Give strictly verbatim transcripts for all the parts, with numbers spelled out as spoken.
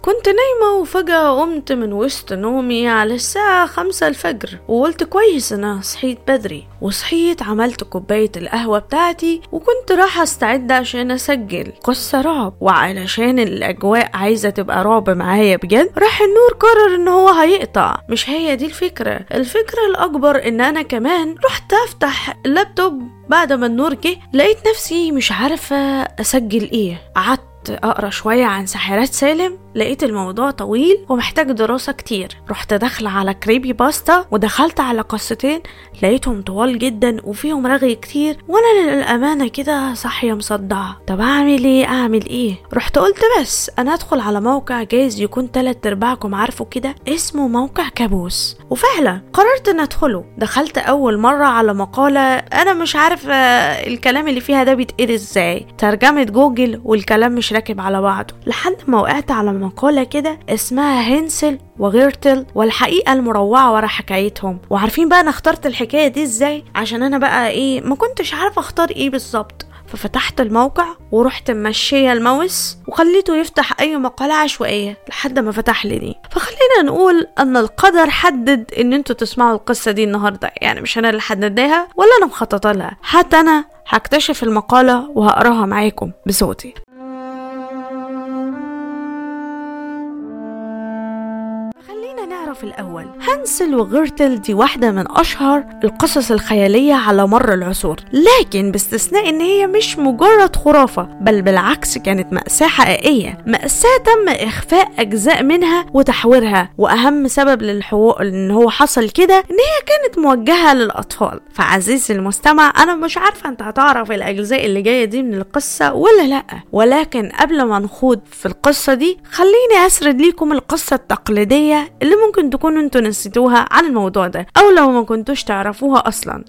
كنت نايمة وفجأة قمت من وسط نومي على الساعة خمسة الفجر، وقلت كويس انا صحيت بدري. وصحيت عملت كوباية القهوة بتاعتي وكنت راح استعد عشان اسجل قصة رعب، وعلشان الاجواء عايزة تبقى رعب معايا بجد راح النور قرر ان هو هيقطع. مش هي دي الفكرة، الفكرة الاكبر ان انا كمان رحت افتح اللابتوب بعد ما النور جه، لقيت نفسي مش عارفة اسجل ايه. قعدت اقرا شويه عن ساحرات سالم، لقيت الموضوع طويل ومحتاج دراسه كتير. رحت داخله على كريبي باستا ودخلت على قصتين لقيتهم طوال جدا وفيهم رغي كتير، وانا للامانه كده صاحيه مصدعه. طب اعمل ايه اعمل ايه رحت قلت بس انا ادخل على موقع جايز يكون تلات ارباعكم عارفه كده، اسمه موقع كابوس. وفعلا قررت ان ادخله. دخلت اول مره على مقاله انا مش عارفه الكلام اللي فيها ده بيتقري ازاي، ترجمه جوجل والكلام مش راكب على بعضه، لحد ما وقعت على مقالة كده اسمها هنسل وغيرتل والحقيقة المروعة ورا حكايتهم. وعارفين بقى انا اخترت الحكاية دي ازاي؟ عشان انا بقى ايه ما كنتش عارفة اختار ايه بالظبط، ففتحت الموقع ورحت ممشية الماوس وخليته يفتح اي مقالة عشوائية لحد ما فتح لي دي. فخلينا نقول ان القدر حدد ان انتوا تسمعوا القصة دي النهاردة، يعني مش انا اللي حددها ولا انا مخططة لها، حتى انا هكتشف المقالة وهقراها معاكم بصوتي. في الأول هنسل وغيرتل دي واحدة من أشهر القصص الخيالية على مر العصور، لكن باستثناء إن هي مش مجرد خرافة، بل بالعكس كانت مأساة حقيقية، مأساة تم إخفاء أجزاء منها وتحويرها. وأهم سبب للحوار إن هو حصل كده إن هي كانت موجهة للأطفال. فعزيزي المستمع أنا مش عارفة أنت هتعرف الأجزاء اللي جاية دي من القصة ولا لأ، ولكن قبل ما نخوض في القصة دي خليني أسرد ليكم القصة التقليدية اللي ممكن تكونوا انتوا نسيتوها عن الموضوع ده، او لو ما كنتوش تعرفوها اصلا.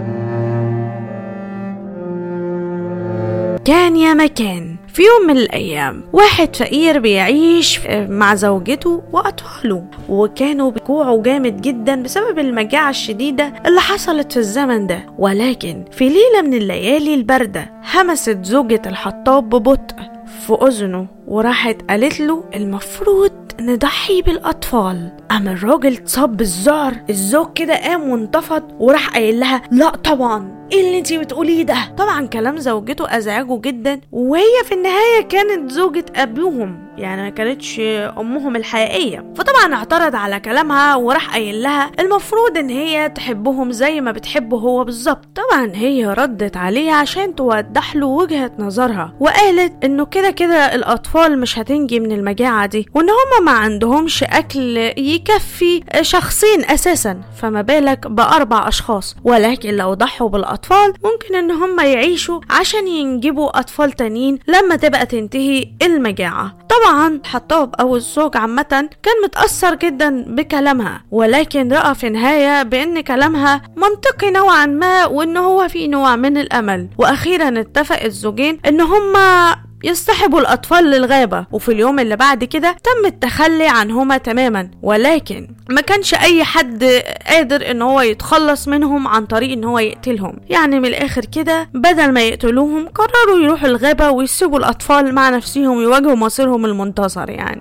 كان يا مكان في يوم من الايام واحد فقير بيعيش مع زوجته واطفاله، وكانوا بيجوعوا جامد جدا بسبب المجاعة الشديدة اللي حصلت في الزمن ده. ولكن في ليلة من الليالي الباردة همست زوجة الحطاب ببطء في اذنه وراحت قالت له المفروض نضحي بالأطفال. قام الراجل اتصاب بالذعر، الزوج كده قام وانتفض وراح قايل لها لا طبعا ايه اللي انتي بتقوليه ده. طبعا كلام زوجته ازعجه جدا، وهي في النهاية كانت زوجة ابوهم، يعني ما كانتش امهم الحقيقية. فطبعا اعترض على كلامها وراح قايل لها المفروض ان هي تحبهم زي ما بتحبه هو بالظبط. طبعا هي ردت عليه عشان توضح له وجهة نظرها، وقالت انه كده كده الاطفال مش هتنجي من المجاعة دي، وان هما ما عندهمش اكل يكفي شخصين اساسا، فما بالك باربع اشخاص. ولكن لو ضحوا بالاطفال ممكن ان هم يعيشوا عشان ينجبوا اطفال تانيين لما تبقى تنتهي المجاعة. طبعا حطاب او الزوج عامة كان متأثر جدا بكلامها، ولكن رأى في النهاية بان كلامها منطقي نوعا ما وان هو في نوع من الامل. واخيرا اتفق الزوجين ان هم يصطحبوا الأطفال للغابة، وفي اليوم اللي بعد كده تم التخلي عنهما تماما. ولكن ما كانش أي حد قادر إن هو يتخلص منهم عن طريق إن هو يقتلهم. يعني من الآخر كده بدل ما يقتلوهم قرروا يروحوا الغابة ويسيبوا الأطفال مع نفسهم يواجهوا مصيرهم المنتصر. يعني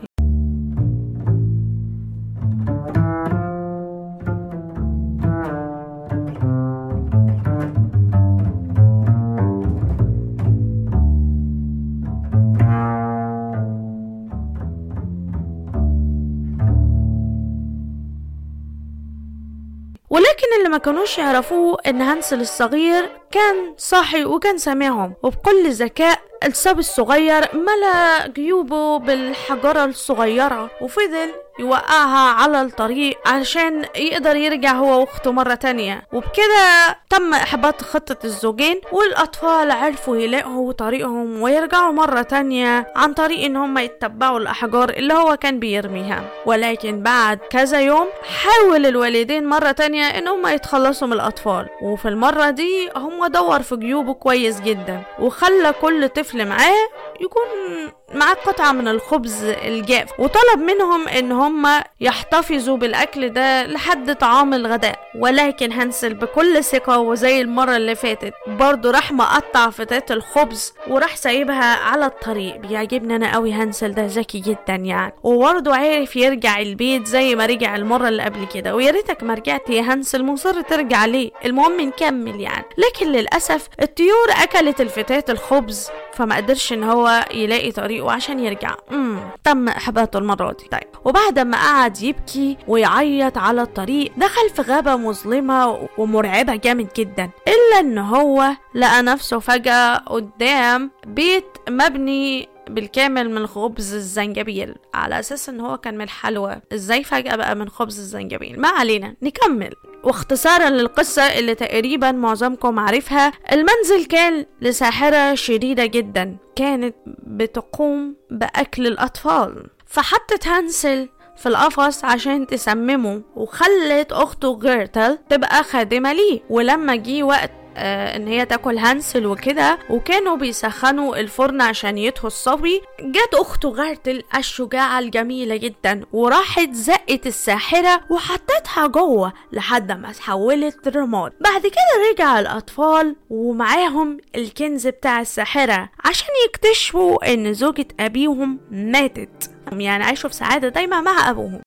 ولكن اللي ما كانوش يعرفوه ان هنسل الصغير كان صاحي وكان سامعهم، وبكل ذكاء الصبي الصغير ملا جيوبه بالحجرة الصغيرة وفضل يوقعها على الطريق علشان يقدر يرجع هو واخته مرة تانية. وبكده تم احباط خطة الزوجين، والاطفال عرفوا يلاقوا طريقهم ويرجعوا مرة تانية عن طريق ان هم يتبعوا الاحجار اللي هو كان بيرميها. ولكن بعد كذا يوم حاول الوالدين مرة تانية ان هم يتخلصوا من الاطفال، وفي المرة دي هم دور في جيوبه كويس جدا وخلى كل طفل معاه يكون معاه قطعة من الخبز الجاف، وطلب منهم ان هم يحتفظوا بالاكل ده لحد طعام الغداء. ولكن هانسل بكل ثقة وزي المرة اللي فاتت برضو راح مقطع فتات الخبز وراح سايبها على الطريق. بيعجبني انا قوي هانسل ده، ذكي جدا يعني، وبرضو عارف يرجع البيت زي ما رجع المرة اللي قبل كده. ويا ريتك ما رجعت يا هانسل، مصر ترجع ليه؟ المهم نكمل يعني. لكن للاسف الطيور اكلت الفتات الخبز، فما قدرش ان هو يلاقي طريقه عشان يرجع. امم تم احباطه المره دي. طيب، وبعد ما قعد يبكي ويعيط على الطريق، دخل في غابه مظلمه ومرعبه جامد جدا، الا ان هو لقى نفسه فجاه قدام بيت مبني بالكامل من خبز الزنجبيل، على اساس ان هو كان من الحلوى. ازاي فجأة بقى من خبز الزنجبيل؟ ما علينا، نكمل. واختصارا للقصة اللي تقريبا معظمكم عارفها، المنزل كان لساحرة شديدة جدا كانت بتقوم بأكل الأطفال، فحطت هانسل في القفص عشان تسممه، وخلت أخته غيرتل تبقى خادمة ليه. ولما جه وقت آه ان هي تاكل هانسل وكده، وكانوا بيسخنوا الفرن عشان يدخل الصبي، جت اخته غيرتل الشجاعة الجميلة جدا وراحت زقت الساحرة وحطتها جوه لحد ما اتحولت رماد. بعد كده رجع الاطفال ومعاهم الكنز بتاع الساحرة عشان يكتشفوا ان زوجة ابيهم ماتت، يعني عايشوا في سعادة دايما مع ابوهم.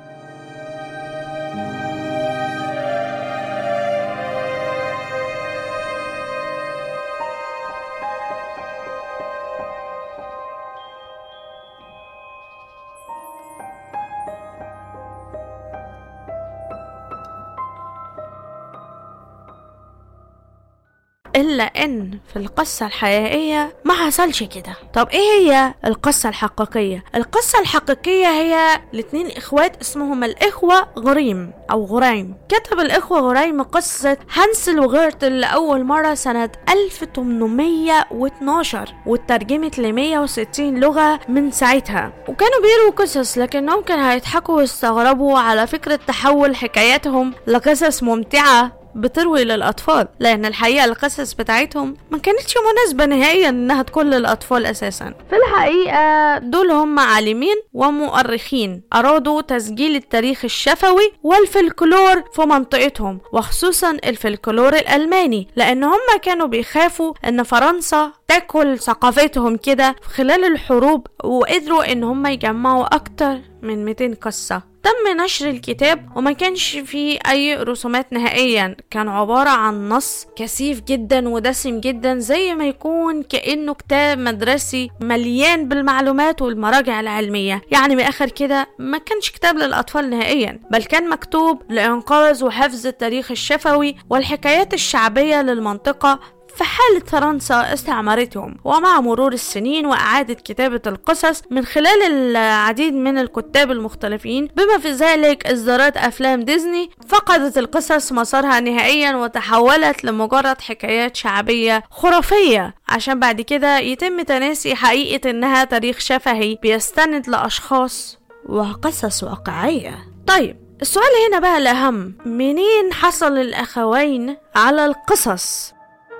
إلا إن في القصة الحقيقية ما حصلش كده. طب إيه هي القصة الحقيقية؟ القصة الحقيقية هي الاتنين إخوات اسمهم الإخوة غريم أو غريم. كتب الإخوة غريم قصة هانسل وغيرتل لأول مرة سنة ألف وثمانمية واثناشر، واترجمت ل مية وستين لغة من ساعتها. وكانوا بيروا قصص، لكنهم كانوا هيضحكوا ويستغربوا على فكرة تحول حكاياتهم لقصص ممتعة بتروي للأطفال، لأن الحقيقة القصص بتاعتهم ما كانتش مناسبة نهائيا إنها تكون للأطفال أساسا. في الحقيقة دول هم عالمين ومؤرخين أرادوا تسجيل التاريخ الشفوي والفلكلور في منطقتهم، وخصوصا الفلكلور الألماني، لأن هم كانوا بيخافوا إن فرنسا تاكل ثقافتهم كده خلال الحروب، وقدروا إن هم يجمعوا أكتر من مئتين قصة. تم نشر الكتاب وما كانش فيه اي رسومات نهائيا، كان عبارة عن نص كثيف جدا ودسم جدا، زي ما يكون كأنه كتاب مدرسي مليان بالمعلومات والمراجع العلمية. يعني من اخر كده ما كانش كتاب للأطفال نهائيا، بل كان مكتوب لإنقاذ وحفظ التاريخ الشفوي والحكايات الشعبية للمنطقة في حالة فرنسا استعمرتهم. ومع مرور السنين وإعادة كتابة القصص من خلال العديد من الكتاب المختلفين، بما في ذلك إصدارات أفلام ديزني، فقدت القصص مسارها نهائيا وتحولت لمجرد حكايات شعبية خرافية، عشان بعد كده يتم تناسي حقيقة إنها تاريخ شفهي بيستند لأشخاص وقصص واقعية. طيب، السؤال هنا بقى الأهم، منين حصل الأخوين على القصص؟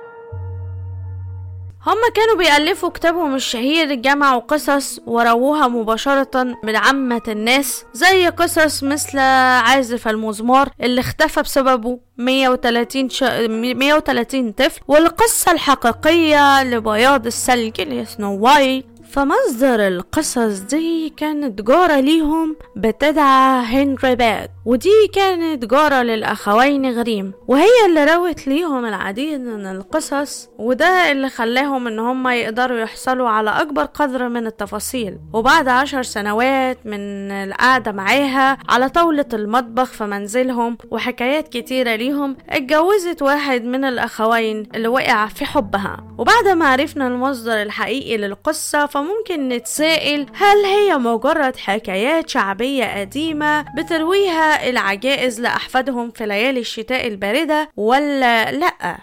هما كانوا بيألفوا كتابهم الشهير، جمعوا قصص ورووها مباشرة من عامة الناس، زي قصص مثل عازف المزمار اللي اختفى بسببه مية وتلاتين, ش... مية وتلاتين طفل، والقصة الحقيقية لبياض الثلج اللي سنو وايت. فمصدر القصص دي كانت جارة ليهم بتدعى هنري بات، ودي كانت جارة للأخوين غريم، وهي اللي روت ليهم العديد من القصص، وده اللي خلاهم ان هم يقدروا يحصلوا على اكبر قدر من التفاصيل. وبعد عشر سنوات من القعدة معاها على طاولة المطبخ في منزلهم وحكايات كتيرة ليهم، اتجوزت واحد من الأخوين اللي وقع في حبها. وبعد ما عرفنا المصدر الحقيقي للقصة، فممكن نتسائل، هل هي مجرد حكايات شعبية قديمة بترويها العجائز لأحفادهم في ليالي الشتاء الباردة ولا لأ؟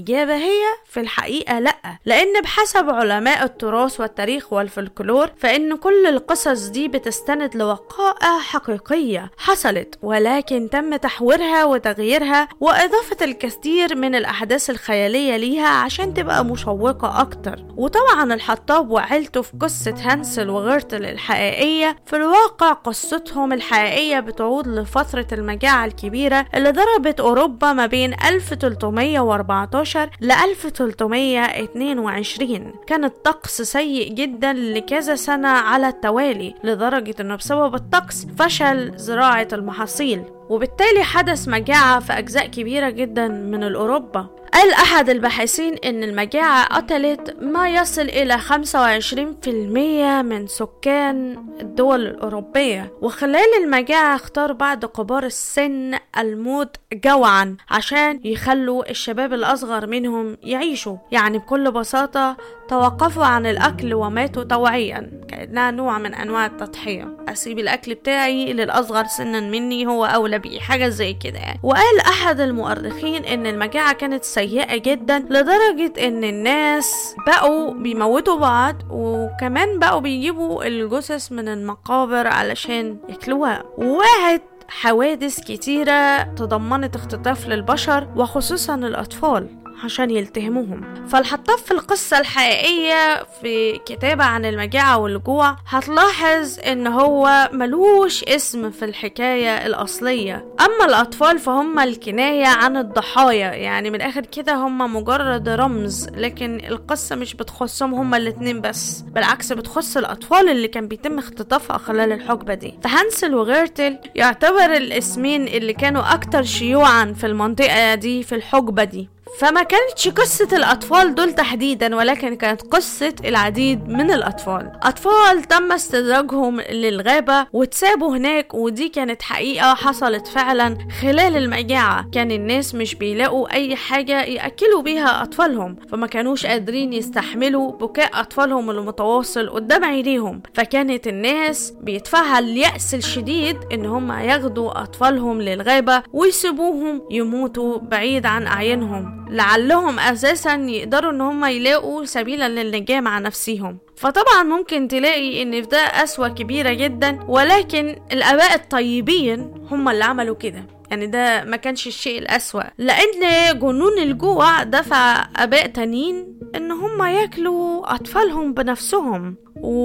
الإجابة هي في الحقيقة لأ، لأن بحسب علماء التراث والتاريخ والفلكلور فإن كل القصص دي بتستند لوقائع حقيقية حصلت، ولكن تم تحويرها وتغييرها وإضافة الكثير من الأحداث الخيالية ليها عشان تبقى مشوقة أكتر. وطبعا الحطاب وعيلته في قصة هانسل وغرتل الحقيقية في الواقع قصتهم الحقيقية بتعود لفترة المجاعة الكبيرة اللي ضربت أوروبا ما بين ألف وثلاثمية وأربعتاشر ل ألف وثلاثمية اتنين وعشرين. كان الطقس سيء جدا لكذا سنة على التوالي، لدرجة انه بسبب الطقس فشل زراعة المحاصيل، وبالتالي حدث مجاعة في أجزاء كبيرة جدا من الأوروبا. قال أحد الباحثين إن المجاعة قتلت ما يصل إلى خمسة وعشرين بالمية من سكان الدول الأوروبية. وخلال المجاعة اختار بعض كبار السن الموت جوعا عشان يخلوا الشباب الأصغر منهم يعيشوا، يعني بكل بساطة توقفوا عن الأكل وماتوا طوعيا، كأنها نوع من أنواع التضحية، أسيب الأكل بتاعي للأصغر سنا مني هو أولى بيه، حاجة زي كده يعني. وقال أحد المؤرخين إن المجاعة كانت سيئة جدا لدرجة إن الناس بقوا بيموتوا بعض، وكمان بقوا بيجيبوا الجثث من المقابر علشان ياكلوها. وواحد حوادث كتيرة تضمنت اختطاف للبشر وخصوصا الأطفال عشان يلتهموهم. فالحطاب في القصة الحقيقية في كتابة عن المجاعة والجوع هتلاحظ ان هو ملوش اسم في الحكاية الأصلية. اما الأطفال فهم الكناية عن الضحايا، يعني من الاخر كده هم مجرد رمز، لكن القصة مش بتخصهم هم الاتنين بس، بالعكس بتخص الأطفال اللي كان بيتم اختطافها خلال الحقبة دي. فهانسل وغرتل يعتبر الاسمين اللي كانوا اكتر شيوعا في المنطقة دي في الحقبة دي. فما كانتش قصة الأطفال دول تحديدا، ولكن كانت قصة العديد من الأطفال. أطفال تم استدراجهم للغابة واتسابوا هناك، ودي كانت حقيقة حصلت فعلا خلال المجاعة. كان الناس مش بيلاقوا أي حاجة يأكلوا بيها أطفالهم، فما كانوش قادرين يستحملوا بكاء أطفالهم المتواصل قدام عينيهم، فكانت الناس بيدفعها اليأس الشديد إن هم ياخدوا أطفالهم للغابة ويسيبوهم يموتوا بعيد عن أعينهم، لعلهم اساسا يقدروا ان هم يلاقوا سبيلا للنجاة مع نفسهم. فطبعا ممكن تلاقي ان في ده قسوة كبيرة جدا، ولكن الاباء الطيبين هم اللي عملوا كده، يعني ده ما كانش الشيء الأسوأ، لأن جنون الجوع دفع آباء تانيين إن هم ياكلوا أطفالهم بنفسهم.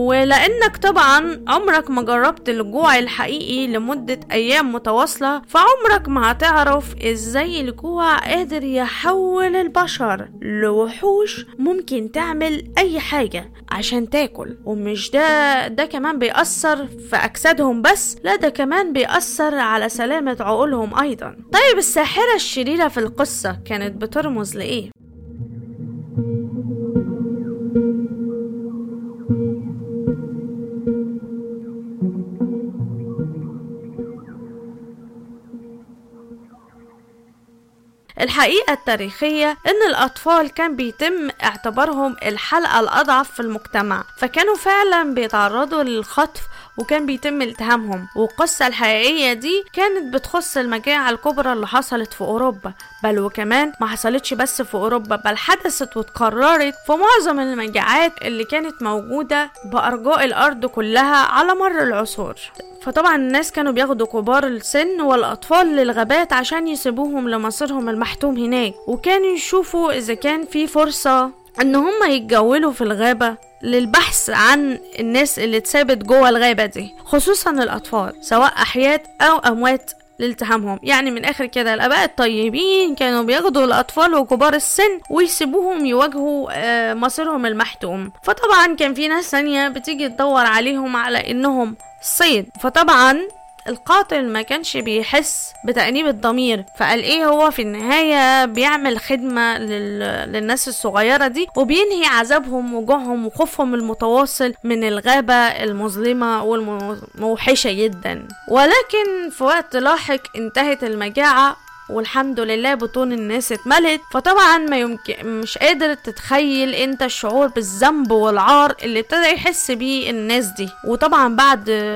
ولأنك طبعا عمرك ما جربت الجوع الحقيقي لمدة أيام متواصلة، فعمرك ما هتعرف إزاي الجوع قادر يحول البشر لوحوش ممكن تعمل أي حاجة عشان تاكل. ومش ده ده كمان بيأثر في أجسادهم بس، لا ده كمان بيأثر على سلامة عقولهم أيضا. طيب الساحرة الشريرة في القصة كانت بترمز لإيه؟ الحقيقة التاريخية ان الاطفال كان بيتم اعتبارهم الحلقة الاضعف في المجتمع، فكانوا فعلا بيتعرضوا للخطف وكان بيتم التهامهم. والقصة الحقيقية دي كانت بتخص المجاعة الكبرى اللي حصلت في اوروبا، بل وكمان ما حصلتش بس في اوروبا، بل حدثت واتكررت في معظم المجاعات اللي كانت موجودة بأرجاء الارض كلها على مر العصور. فطبعا الناس كانوا بياخدوا كبار السن والأطفال للغابات عشان يسيبوهم لمصيرهم المحتوم هناك، وكانوا يشوفوا إذا كان في فرصة إن هم يتجولوا في الغابة للبحث عن الناس اللي اتثابت جوه الغابة دي، خصوصا الأطفال سواء أحياء أو أموات لالتهامهم. يعني من آخر كده الآباء الطيبين كانوا بياخدوا الأطفال وكبار السن ويسيبوهم يواجهوا مصيرهم المحتوم. فطبعا كان في ناس ثانية بتيجي تدور عليهم على إنهم صيد، فطبعا القاتل ما كانش بيحس بتأنيب الضمير، فقال ايه هو في النهاية بيعمل خدمة لل... للناس الصغيرة دي وبينهي عذابهم وجوعهم وخوفهم المتواصل من الغابة المظلمة والموحشة جدا. ولكن في وقت لاحق انتهت المجاعة والحمد لله بطون الناس اتملت. فطبعا ما يمكن مش قادر تتخيل انت الشعور بالذنب والعار اللي ابتدى يحس بيه الناس دي. وطبعا بعد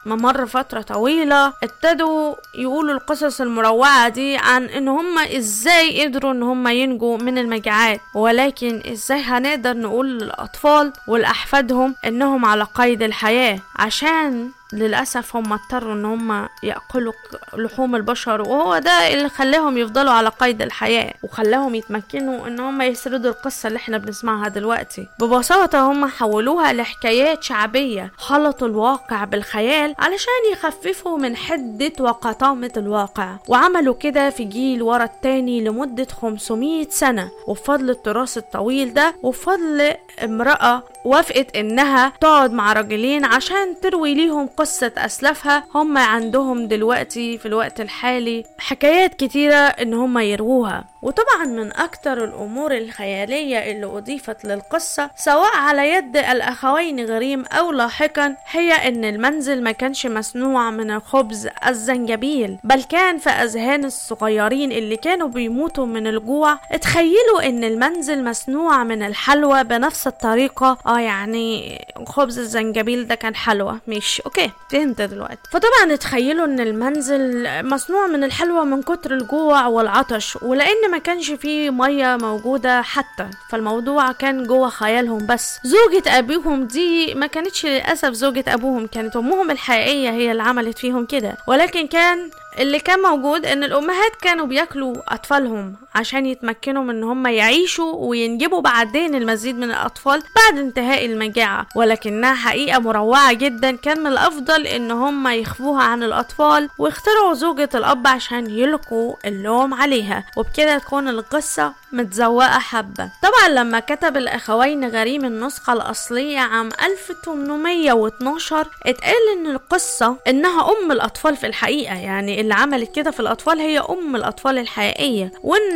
ممر فترة طويلة ابتدوا يقولوا القصص المروعة دي عن ان هم ازاي قدروا ان هم ينجوا من المجاعات، ولكن ازاي هنقدر نقول للاطفال والاحفادهم انهم على قيد الحياة، عشان للأسف هم اضطروا ان هم يأكلوا لحوم البشر، وهو ده اللي خلاهم يفضلوا على قيد الحياة وخلاهم يتمكنوا ان هم يسردوا القصة اللي احنا بنسمعها دلوقتي. ببساطة هم حولوها لحكايات شعبية، خلطوا الواقع بالخيال علشان يخففوا من حدة وقطامة الواقع، وعملوا كده في جيل ورا التاني لمدة خمسمائة سنة. وبفضل التراث الطويل ده وبفضل امرأة وافقت انها تقعد مع راجلين عشان تروي ليهم قصة اسلافها، هم عندهم دلوقتي في الوقت الحالي حكايات كتيرة ان هم يروها. وطبعا من اكتر الامور الخيالية اللي اضيفت للقصة سواء على يد الاخوين غريم او لاحقا هي ان المنزل ما كانش مصنوع من الخبز الزنجبيل، بل كان في اذهان الصغيرين اللي كانوا بيموتوا من الجوع اتخيلوا ان المنزل مصنوع من الحلوى بنفس الطريقة. اه يعني خبز الزنجبيل ده كان حلوى، مش اوكي فهمت دلوقتي. فطبعا اتخيلوا ان المنزل مصنوع من الحلوى من كتر الجوع والعطش، ولان ما كانش فيه ميه موجوده حتى، فالموضوع كان جوه خيالهم بس. زوجة ابيهم دي ما كانتش للاسف زوجة ابوهم، كانت امهم الحقيقيه هي اللي عملت فيهم كده، ولكن كان اللي كان موجود ان الامهات كانوا بياكلوا اطفالهم عشان يتمكنوا من ان هم يعيشوا وينجبوا بعدين المزيد من الاطفال بعد انتهاء المجاعة. ولكنها حقيقة مروعة جدا، كان من الافضل ان هم يخفوها عن الاطفال ويخترعوا زوجة الاب عشان يلقوا اللوم عليها، وبكده تكون القصة متزوقة حبة. طبعا لما كتب الاخوين غريم النسخة الاصلية عام ألف وثمانمائة واثناشر اتقال ان القصة انها ام الاطفال في الحقيقة، يعني اللي عملت كده في الاطفال هي ام الاطفال الحقيقية، وان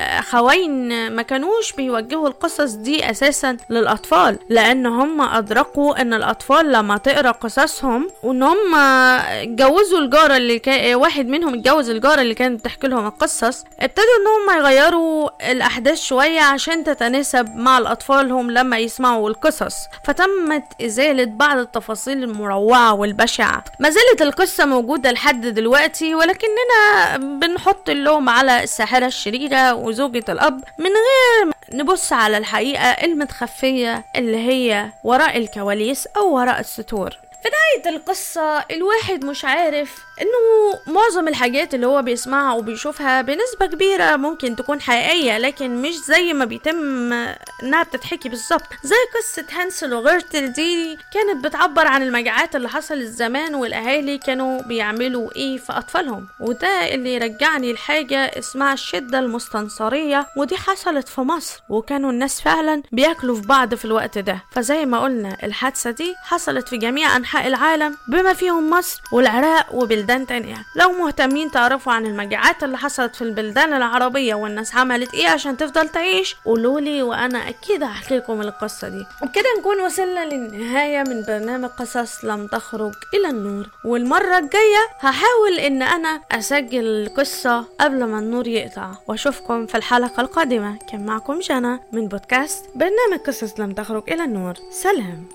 الاخوين ما كانوش بيوجهوا القصص دي اساسا للاطفال، لان هم ادركوا ان الاطفال لما تقرا قصصهم وان هم اتجوزوا الجارة اللي كان واحد منهم اتجوز الجارة اللي كانت بتحكي لهم القصص، ابتدوا ان هم يغيروا الاحداث شوية عشان تتناسب مع الاطفال هم لما يسمعوا القصص، فتمت ازالة بعض التفاصيل المروعة والبشعة. ما زالت القصة موجودة لحد دلوقتي، ولكننا بنحط اللوم على الساحرة الشريرة وزوجة الأب من غير نبص على الحقيقة المتخفية اللي هي وراء الكواليس أو وراء الستور. في نهاية القصة الواحد مش عارف انه معظم الحاجات اللي هو بيسمعها وبيشوفها بنسبة كبيرة ممكن تكون حقيقية، لكن مش زي ما بيتم انها بتتحكي بالظبط. زي قصة هانسل وغرتل دي كانت بتعبر عن المجاعات اللي حصلت زمان والاهالي كانوا بيعملوا ايه في اطفالهم، وده اللي يرجعني لحاجة اسمها الشدة المستنصرية، ودي حصلت في مصر وكانوا الناس فعلا بياكلوا في بعض في الوقت ده. فزي ما قلنا الحادثة دي حصلت في جميع انحاء العالم بما فيهم مصر والعراق وبلدان تانية. لو مهتمين تعرفوا عن المجاعات اللي حصلت في البلدان العربية والناس عملت ايه عشان تفضل تعيش قولولي وانا اكيد هحكي لكم القصة دي. وبكده نكون وصلنا للنهاية من برنامج قصص لم تخرج الى النور، والمرة الجاية هحاول ان انا اسجل القصة قبل ما النور يقطع، واشوفكم في الحلقة القادمة. كان معكم جنى من بودكاست برنامج قصص لم تخرج الى النور. سلام.